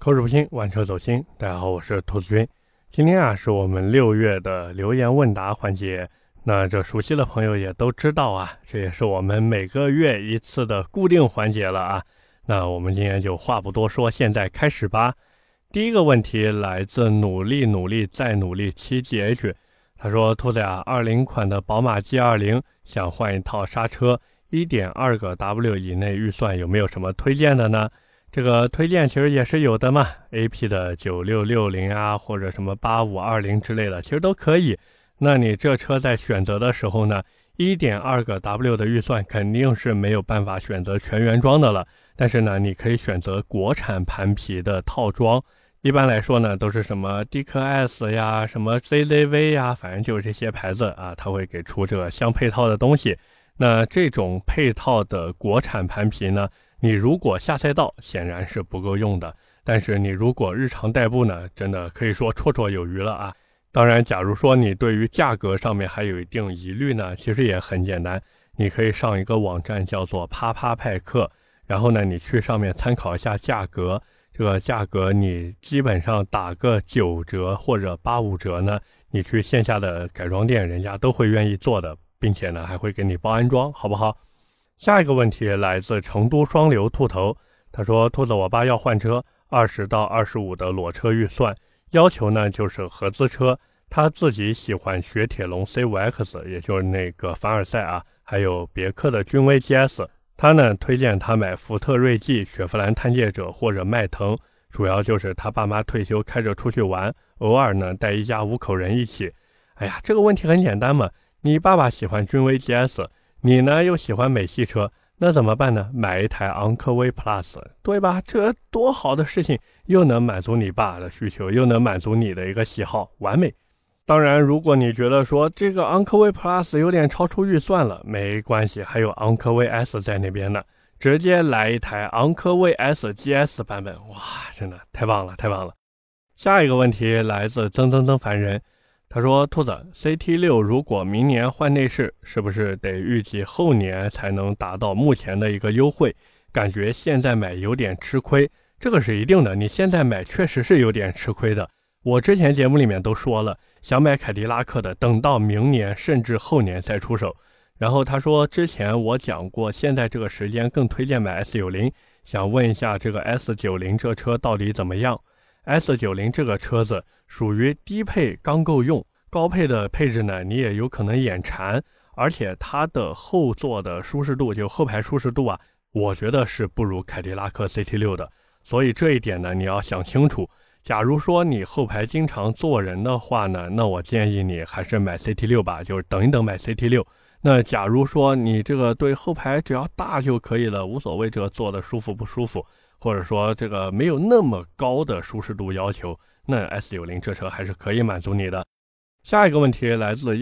口齿不清，玩车走心。大家好，我是兔子君。今天是我们6月的留言问答环节。那这熟悉的朋友也都知道这也是我们每个月一次的固定环节了那我们今天就话不多说，现在开始吧。第一个问题来自努力再努力7GH，他说：兔子20款的宝马 G20 想换一套刹车， 1.2 个 W 以内预算有没有什么推荐的呢？这个推荐其实也是有的嘛 ，AP 的9660或者什么8520之类的，其实都可以。那你这车在选择的时候呢， 1.2 个 W 的预算肯定是没有办法选择全原装的了，但是呢，你可以选择国产盘皮的套装。一般来说呢，都是什么 DKS 什么 ZZV 反正就是这些牌子它会给出这个相配套的东西。那这种配套的国产盘皮呢，你如果下赛道显然是不够用的，但是你如果日常代步呢，真的可以说绰绰有余了当然，假如说你对于价格上面还有一定疑虑呢，其实也很简单，你可以上一个网站叫做啪啪派克，然后呢，你去上面参考一下价格，这个价格你基本上打个9折或者85折呢，你去线下的改装店，人家都会愿意做的，并且呢还会给你包安装，好不好？下一个问题来自成都双流兔头，他说：兔子，我爸要换车，20到25的裸车预算，要求呢就是合资车，他自己喜欢雪铁龙 C5X， 也就是那个凡尔赛还有别克的君威 GS， 他呢推荐他买福特锐际、雪佛兰探界者或者迈腾，主要就是他爸妈退休开着出去玩，偶尔呢带一家5口人一起。这个问题很简单嘛，你爸爸喜欢君威 GS， 你呢又喜欢美系车，那怎么办呢？买一台昂科威 Plus， 对吧？这多好的事情，又能满足你爸的需求，又能满足你的一个喜好，完美。当然，如果你觉得说这个昂科威 Plus 有点超出预算了，没关系，还有昂科威 S 在那边呢，直接来一台昂科威 S GS 版本，哇，真的太棒了，太棒了。下一个问题来自曾凡人，他说：兔子 CT6 如果明年换内饰，是不是得预计后年才能达到目前的一个优惠？感觉现在买有点吃亏。这个是一定的，你现在买确实是有点吃亏的。我之前节目里面都说了，想买凯迪拉克的等到明年甚至后年再出手。然后他说之前我讲过，现在这个时间更推荐买 S90， 想问一下这个 S90 这车到底怎么样？ S90 这个车子属于低配刚够用，高配的配置呢你也有可能眼馋，而且它的后座的舒适度，就后排舒适度我觉得是不如凯迪拉克 CT6 的，所以这一点呢你要想清楚。假如说你后排经常坐人的话呢，那我建议你还是买 CT6 吧，就是等一等买 CT6。那假如说你这个对后排只要大就可以了，无所谓这个坐的舒服不舒服，或者说这个没有那么高的舒适度要求，那 S90 这车还是可以满足你的。下一个问题来自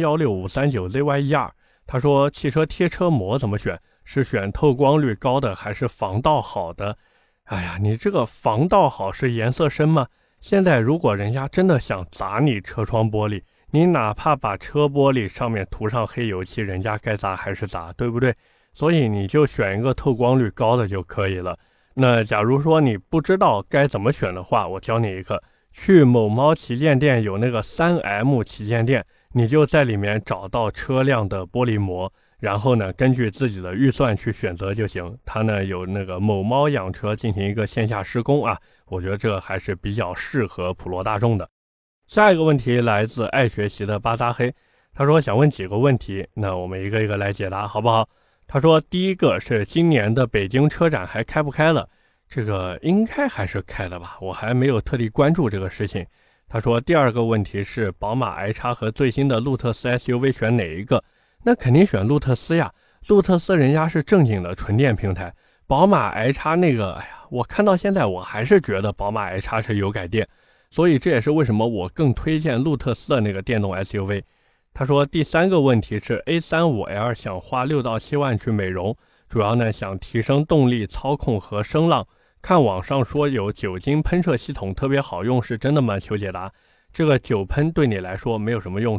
1316539ZY12，他说汽车贴车膜怎么选？是选透光率高的还是防盗好的？你这个防盗好是颜色深吗？现在如果人家真的想砸你车窗玻璃，你哪怕把车玻璃上面涂上黑油漆，人家该砸还是砸，对不对？所以你就选一个透光率高的就可以了。那假如说你不知道该怎么选的话，我教你一个，去某猫旗舰店有那个 3M 旗舰店，你就在里面找到车辆的玻璃膜，然后呢根据自己的预算去选择就行。它呢有那个某猫养车进行一个线下施工我觉得这还是比较适合普罗大众的。下一个问题来自爱学习的巴扎黑，他说想问几个问题，那我们一个一个来解答好不好？他说第一个是今年的北京车展还开不开了？这个应该还是开的吧，我还没有特地关注这个事情。他说第二个问题是宝马 i-X 和最新的路特斯 SUV 选哪一个？那肯定选路特斯呀，路特斯人家是正经的纯电平台，宝马 i-X 那个我看到现在我还是觉得宝马 i-X 是油改电，所以这也是为什么我更推荐路特斯的那个电动 SUV。 他说第三个问题是 A35L 想花6到7万去美容，主要呢想提升动力、操控和声浪，看网上说有酒精喷射系统特别好用，是真的吗？求解答。这个酒喷对你来说没有什么用处，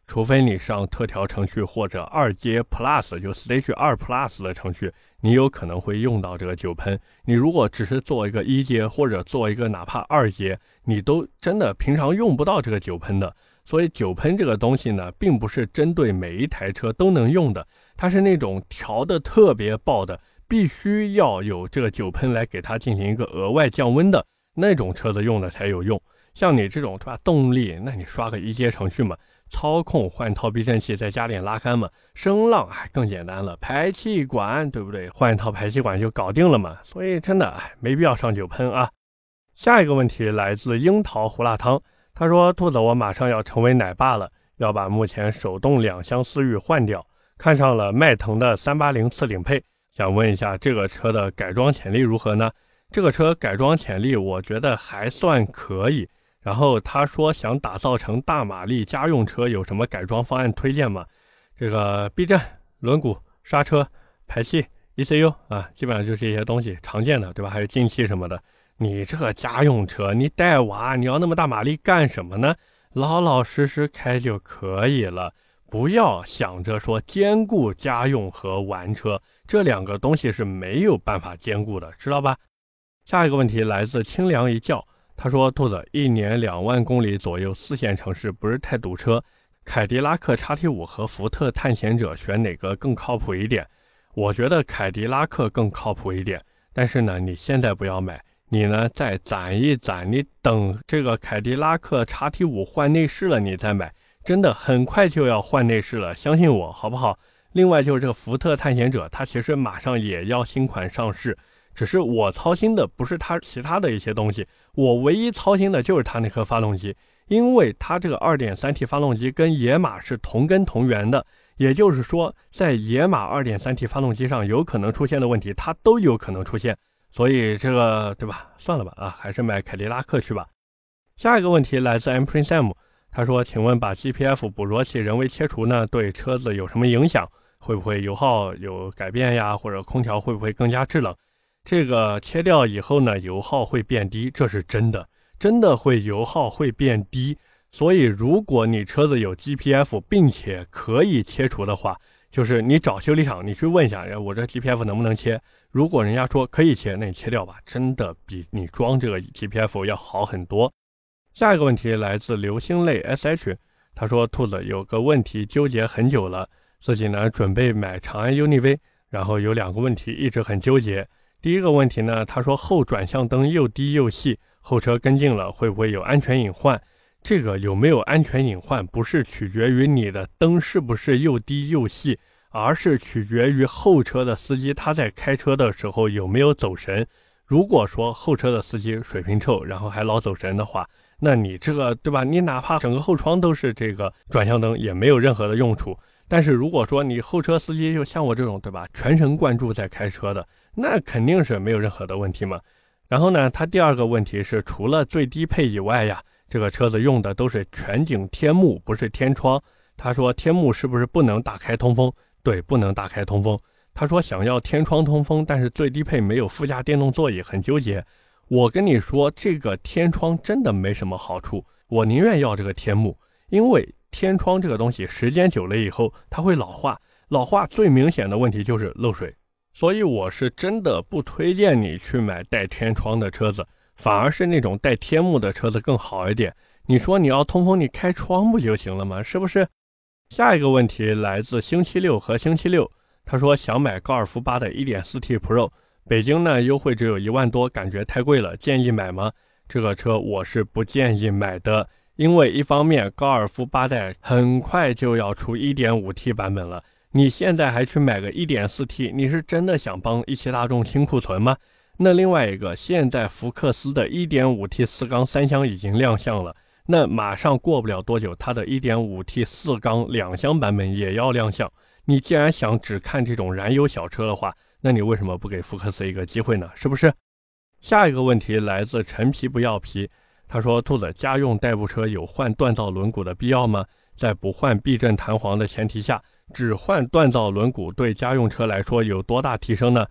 除非你上特调程序或者2阶 Plus 就 Stage 2 Plus 的程序，你有可能会用到这个酒喷。你如果只是做一个1阶或者做一个哪怕2阶，你都真的平常用不到这个酒喷的。所以酒喷这个东西呢，并不是针对每一台车都能用的，它是那种调的特别爆的，必须要有这个酒喷来给它进行一个额外降温的那种车子用的才有用。像你这种对吧，动力，那你刷个1阶程序嘛，操控换套避震器再加点拉杆嘛，声浪还更简单了，排气管对不对，换一套排气管就搞定了嘛。所以真的没必要上酒喷啊。下一个问题来自樱桃胡辣汤，他说兔子，我马上要成为奶爸了，要把目前手动2厢思域换掉，看上了迈腾的380次顶配，想问一下这个车的改装潜力如何呢？这个车改装潜力我觉得还算可以，然后他说想打造成大马力家用车，有什么改装方案推荐吗？这个避震、轮毂、刹车、排气、ECU 啊，基本上就是这些东西常见的，对吧？还有进气什么的。你这个家用车，你带娃，你要那么大马力干什么呢？老老实实开就可以了，不要想着说兼顾家用和玩车，这2个东西是没有办法兼顾的，知道吧？下一个问题来自清凉一觉，他说兔子，1年2万公里左右4线城市不是太堵车，凯迪拉克 XT5 和福特探险者选哪个更靠谱一点？我觉得凯迪拉克更靠谱一点，但是呢你现在不要买，你呢再攒一攒，你等这个凯迪拉克 XT5 换内饰了你再买，真的很快就要换内饰了，相信我好不好？另外就是这个福特探险者，它其实马上也要新款上市，只是我操心的不是它其他的一些东西，我唯一操心的就是它那颗发动机，因为它这个 2.3T 发动机跟野马是同根同源的，也就是说在野马 2.3T 发动机上有可能出现的问题它都有可能出现，所以这个对吧，算了吧啊，还是买凯迪拉克去吧。下一个问题来自 Prince Sam， 他说请问把 GPF 捕捉器人为切除呢，对车子有什么影响？会不会油耗有改变呀？或者空调会不会更加制冷？这个切掉以后呢，油耗会变低，这是真的，真的会油耗会变低。所以如果你车子有 GPF 并且可以切除的话，就是你找修理厂你去问一下，我这 GPF 能不能切，如果人家说可以切，那你切掉吧，真的比你装这个 GPF 要好很多。下一个问题来自流星泪 SH， 他说兔子有个问题纠结很久了，自己呢准备买长安 UNI-V， 然后有2个问题一直很纠结。第一个问题呢，他说后转向灯又低又细，后车跟进了会不会有安全隐患？这个有没有安全隐患不是取决于你的灯是不是又低又细，而是取决于后车的司机他在开车的时候有没有走神。如果说后车的司机水平臭，然后还老走神的话，那你这个对吧，你哪怕整个后窗都是这个转向灯也没有任何的用处。但是如果说你后车司机就像我这种对吧，全神贯注在开车的，那肯定是没有任何的问题嘛。然后呢，他第2个问题是除了最低配以外呀，这个车子用的都是全景天幕，不是天窗。他说天幕是不是不能打开通风？对，不能打开通风。他说想要天窗通风，但是最低配没有副驾电动座椅，很纠结。我跟你说，这个天窗真的没什么好处，我宁愿要这个天幕，因为天窗这个东西时间久了以后它会老化，老化最明显的问题就是漏水，所以我是真的不推荐你去买带天窗的车子，反而是那种带天幕的车子更好一点。你说你要通风，你开窗不就行了吗？是不是？下一个问题来自星期六和星期六，他说想买高尔夫8的 1.4T Pro， 北京呢优惠只有1万多，感觉太贵了，建议买吗？这个车我是不建议买的，因为一方面高尔夫8代很快就要出 1.5T 版本了，你现在还去买个 1.4T， 你是真的想帮一汽大众清库存吗？那另外一个，现在福克斯的 1.5T 4缸3厢已经亮相了，那马上过不了多久它的 1.5T 4缸2厢版本也要亮相，你既然想只看这种燃油小车的话，那你为什么不给福克斯一个机会呢？是不是？下一个问题来自陈皮不要皮，他说兔子，家用代步车有换锻造轮毂的必要吗？在不换避震弹簧的前提下，只换锻造轮毂对家用车来说有多大提升呢？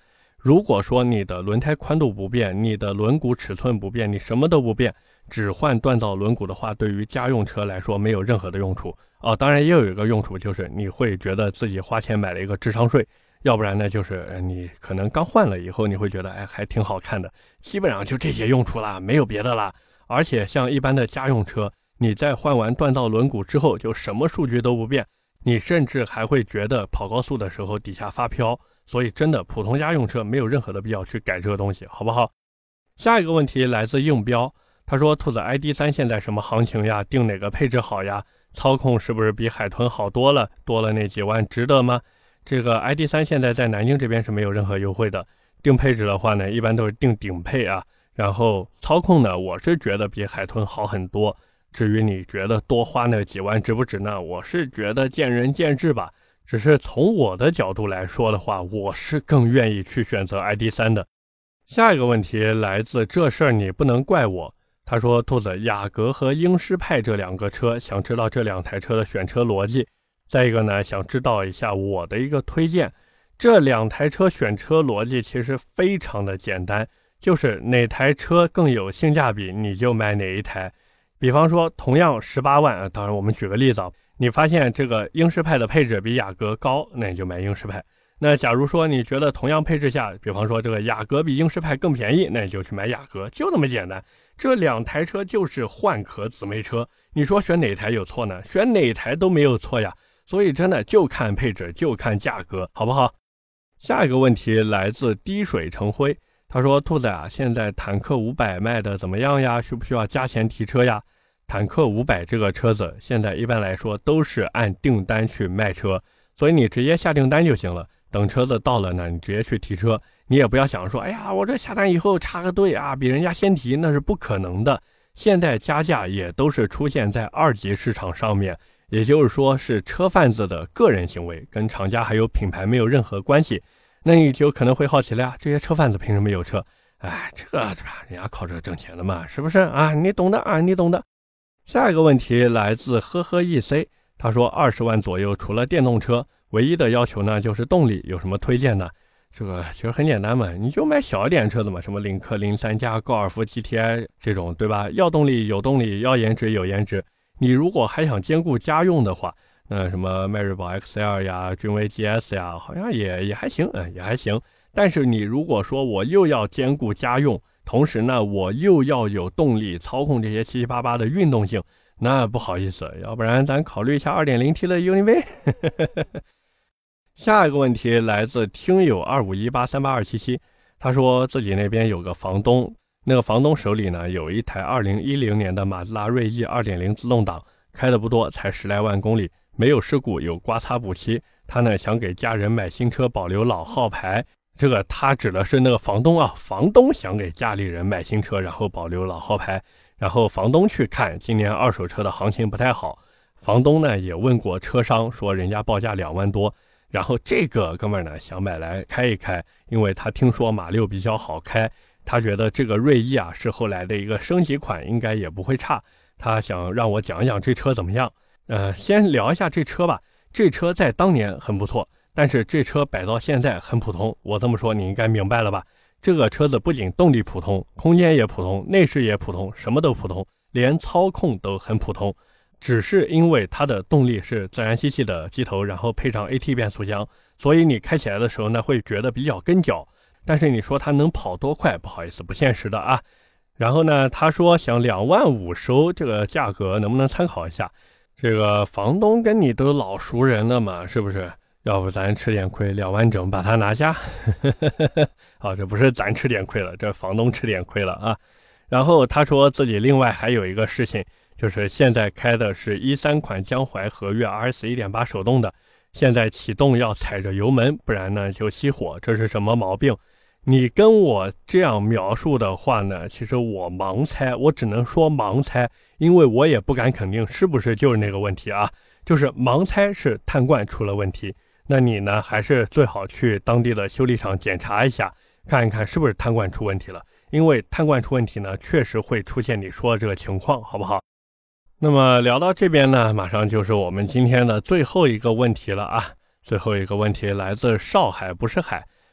如果说你的轮胎宽度不变，你的轮毂尺寸不变，你什么都不变，只换锻造轮毂的话，对于家用车来说没有任何的用处。当然也有一个用处，就是你会觉得自己花钱买了一个智商税，要不然呢就是你可能刚换了以后，你会觉得还挺好看的，基本上就这些用处啦，没有别的啦。而且像一般的家用车，你在换完锻造轮毂之后，就什么数据都不变，你甚至还会觉得跑高速的时候底下发飘，所以真的普通家用车没有任何的必要去改这个东西，好不好？下一个问题来自应标，他说兔子 ID3 现在什么行情呀？定哪个配置好呀？操控是不是比海豚好多了？多了那几万值得吗？这个 ID3 现在在南京这边是没有任何优惠的，定配置的话呢，一般都是定顶配啊。然后操控呢，我是觉得比海豚好很多。至于你觉得多花那几万值不值呢？我是觉得见仁见智吧。只是从我的角度来说的话，我是更愿意去选择 ID3 的。下一个问题来自这事儿你不能怪我。他说兔子雅阁和英诗派这两个车，想知道这两台车的选车逻辑。再一个呢，想知道一下我的一个推荐。这两台车选车逻辑其实非常的简单，就是哪台车更有性价比你就买哪一台。比方说同样18万，当然我们举个例子，你发现这个英诗派的配置比雅阁高，那你就买英诗派。那假如说你觉得同样配置下，比方说这个雅阁比英诗派更便宜，那你就去买雅阁，就那么简单。这两台车就是换壳姊妹车，你说选哪台有错呢？选哪台都没有错呀。所以真的就看配置，就看价格，好不好？下一个问题来自滴水成灰，他说兔子啊，现在坦克500卖的怎么样呀？需不需要加钱提车呀？坦克500这个车子现在一般来说都是按订单去卖车，所以你直接下订单就行了，等车子到了呢，你直接去提车。你也不要想说，哎呀，我这下单以后插个队啊，比人家先提，那是不可能的。现在加价也都是出现在二级市场上面，也就是说是车贩子的个人行为，跟厂家还有品牌没有任何关系。那你就可能会好奇了呀，这些车贩子凭什么有车？这个人家靠这挣钱的嘛，是不是啊？你懂的啊，你懂的。下一个问题来自呵呵 EC， 他说20万左右除了电动车，唯一的要求呢就是动力，有什么推荐呢？这个其实很简单嘛，你就买小一点车子嘛，什么领克03加、高尔夫 GTI 这种，对吧？要动力有动力，要颜值有颜值。你如果还想兼顾家用的话，那什么迈锐宝 XL 呀、君威 GS 呀，好像也还行，也还行。但是你如果说我又要兼顾家用，同时呢我又要有动力，操控这些七七八八的运动性，那不好意思，要不然咱考虑一下 2.0T 的 UNI-V。 下一个问题来自听友2518382777，他说自己那边有个房东，那个房东手里呢有一台2010年的马自达锐意 2.0 自动挡，开的不多，才10来万公里，没有事故，有刮擦补漆。他呢想给家人买新车，保留老号牌。这个他指的是那个房东啊，房东想给家里人买新车，然后保留老号牌。然后房东去看今年二手车的行情不太好，房东呢也问过车商，说人家报价2万多。然后这个哥们儿呢想买来开一开，因为他听说马6比较好开，他觉得这个锐意啊是后来的一个升级款，应该也不会差。他想让我讲一讲这车怎么样。先聊一下这车吧。这车在当年很不错，但是这车摆到现在很普通。我这么说你应该明白了吧？这个车子不仅动力普通，空间也普通，内饰也普通，什么都普通，连操控都很普通。只是因为它的动力是自然吸气的机头，然后配上 AT 变速箱，所以你开起来的时候呢会觉得比较跟脚。但是你说它能跑多快，不好意思，不现实的啊。然后呢他说想2万5收，这个价格能不能参考一下？这个房东跟你都老熟人了嘛，是不是？要不咱吃点亏，2万整把它拿下。好，这不是咱吃点亏了，这房东吃点亏了啊。然后他说自己另外还有一个事情，就是现在开的是13款江淮和悦 RS 1.8 手动的，现在启动要踩着油门，不然呢就熄火，这是什么毛病？你跟我这样描述的话呢，其实我盲猜，我只能说盲猜，因为我也不敢肯定是不是就是那个问题啊，就是盲猜是碳罐出了问题。那你呢还是最好去当地的修理厂检查一下，看一看是不是碳罐出问题了，因为碳罐出问题呢确实会出现你说的这个情况，好不好？那么聊到这边呢，马上就是我们今天的最后一个问题了啊。最后一个问题来自少海不是海，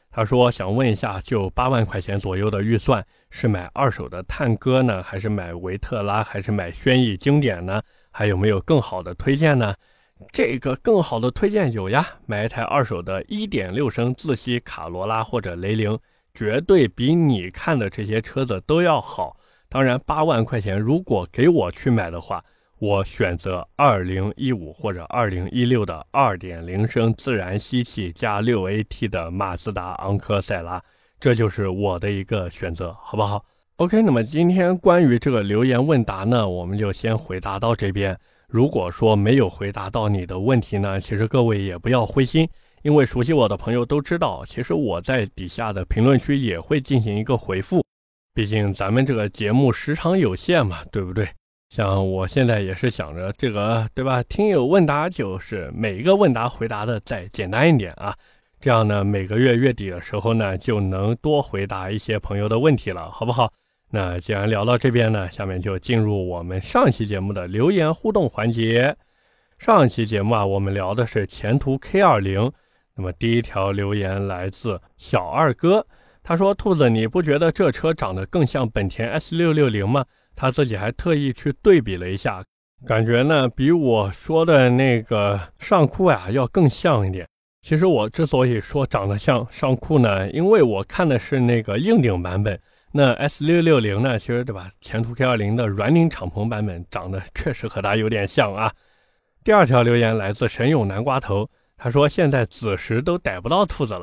他说想问一下，就8万块钱左右的预算，是买二手的探戈呢，还是买维特拉，还是买轩逸经典呢？还有没有更好的推荐呢？这个更好的推荐有呀，买一台二手的 1.6 升自吸卡罗拉或者雷凌，绝对比你看的这些车子都要好。当然8万块钱如果给我去买的话，我选择2015或者2016的 2.0 升自然吸气加 6AT 的马自达昂科赛拉，这就是我的一个选择，好不好？ OK， 那么今天关于这个留言问答呢，我们就先回答到这边。如果说没有回答到你的问题呢，其实各位也不要灰心，因为熟悉我的朋友都知道，其实我在底下的评论区也会进行一个回复，毕竟咱们这个节目时长有限嘛，对不对？像我现在也是想着这个，对吧？听友问答就是每一个问答回答的再简单一点啊，这样呢，每个月月底的时候呢，就能多回答一些朋友的问题了，好不好？那既然聊到这边呢，下面就进入我们上期节目的留言互动环节。上期节目啊，我们聊的是前途 K20， 那么第一条留言来自小二哥，他说：兔子，你不觉得这车长得更像本田 S660 吗？他自己还特意去对比了一下，感觉呢比我说的那个尚酷啊要更像一点。其实我之所以说长得像尚酷呢，因为我看的是那个硬顶版本，那 S660 呢，其实对吧，前途 K20 的软顶敞篷版本长得确实和它有点像啊。第二条留言来自神勇南瓜头，他说现在子时都逮不到兔子了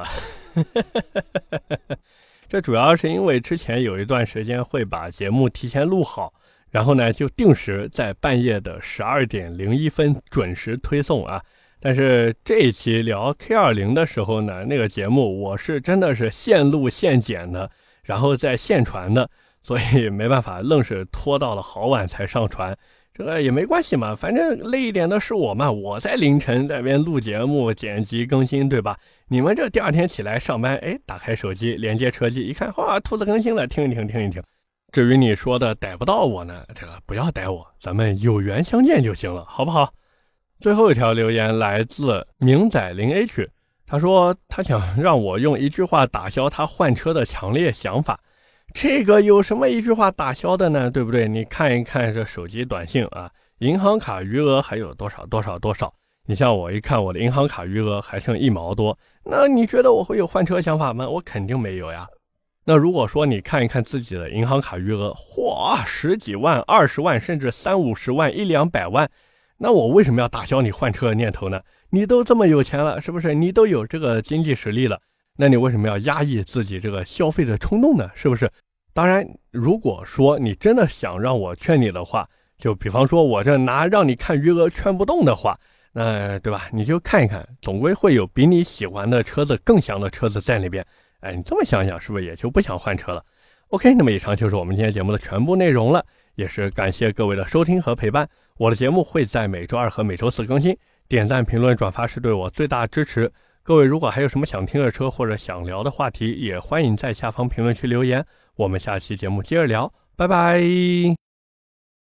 这主要是因为之前有一段时间会把节目提前录好，然后呢就定时在半夜的12:01分准时推送啊。但是这一期聊 K20 的时候呢，那个节目我是真的是现录现剪的，然后再现传的，所以没办法，愣是拖到了好晚才上传。这个也没关系嘛，反正累一点的是我嘛，我在凌晨在那边录节目剪辑更新，对吧？你们这第二天起来上班，打开手机连接车机一看，哇，兔子更新了，听一听。至于你说的逮不到我呢，这个不要逮我，咱们有缘相见就行了，好不好？最后一条留言来自明仔0H， 他说他想让我用一句话打消他换车的强烈想法。这个有什么一句话打消的呢？对不对？你看一看这手机短信啊，银行卡余额还有多少。你像我一看我的银行卡余额还剩1毛多，那你觉得我会有换车想法吗？我肯定没有呀。那如果说你看一看自己的银行卡余额，嚯，10几万、20万，甚至30-50万、100-200万，那我为什么要打消你换车的念头呢？你都这么有钱了，是不是？你都有这个经济实力了，那你为什么要压抑自己这个消费的冲动呢？是不是？当然，如果说你真的想让我劝你的话，就比方说我这拿让你看余额劝不动的话，那对吧？你就看一看，总归会有比你喜欢的车子更香的车子在那边。你这么想想，是不是也就不想换车了 ？OK， 那么以上就是我们今天节目的全部内容了，也是感谢各位的收听和陪伴。我的节目会在每周二和每周四更新，点赞、评论、转发是对我最大支持。各位如果还有什么想听的车或者想聊的话题，也欢迎在下方评论区留言。我们下期节目接着聊，拜拜。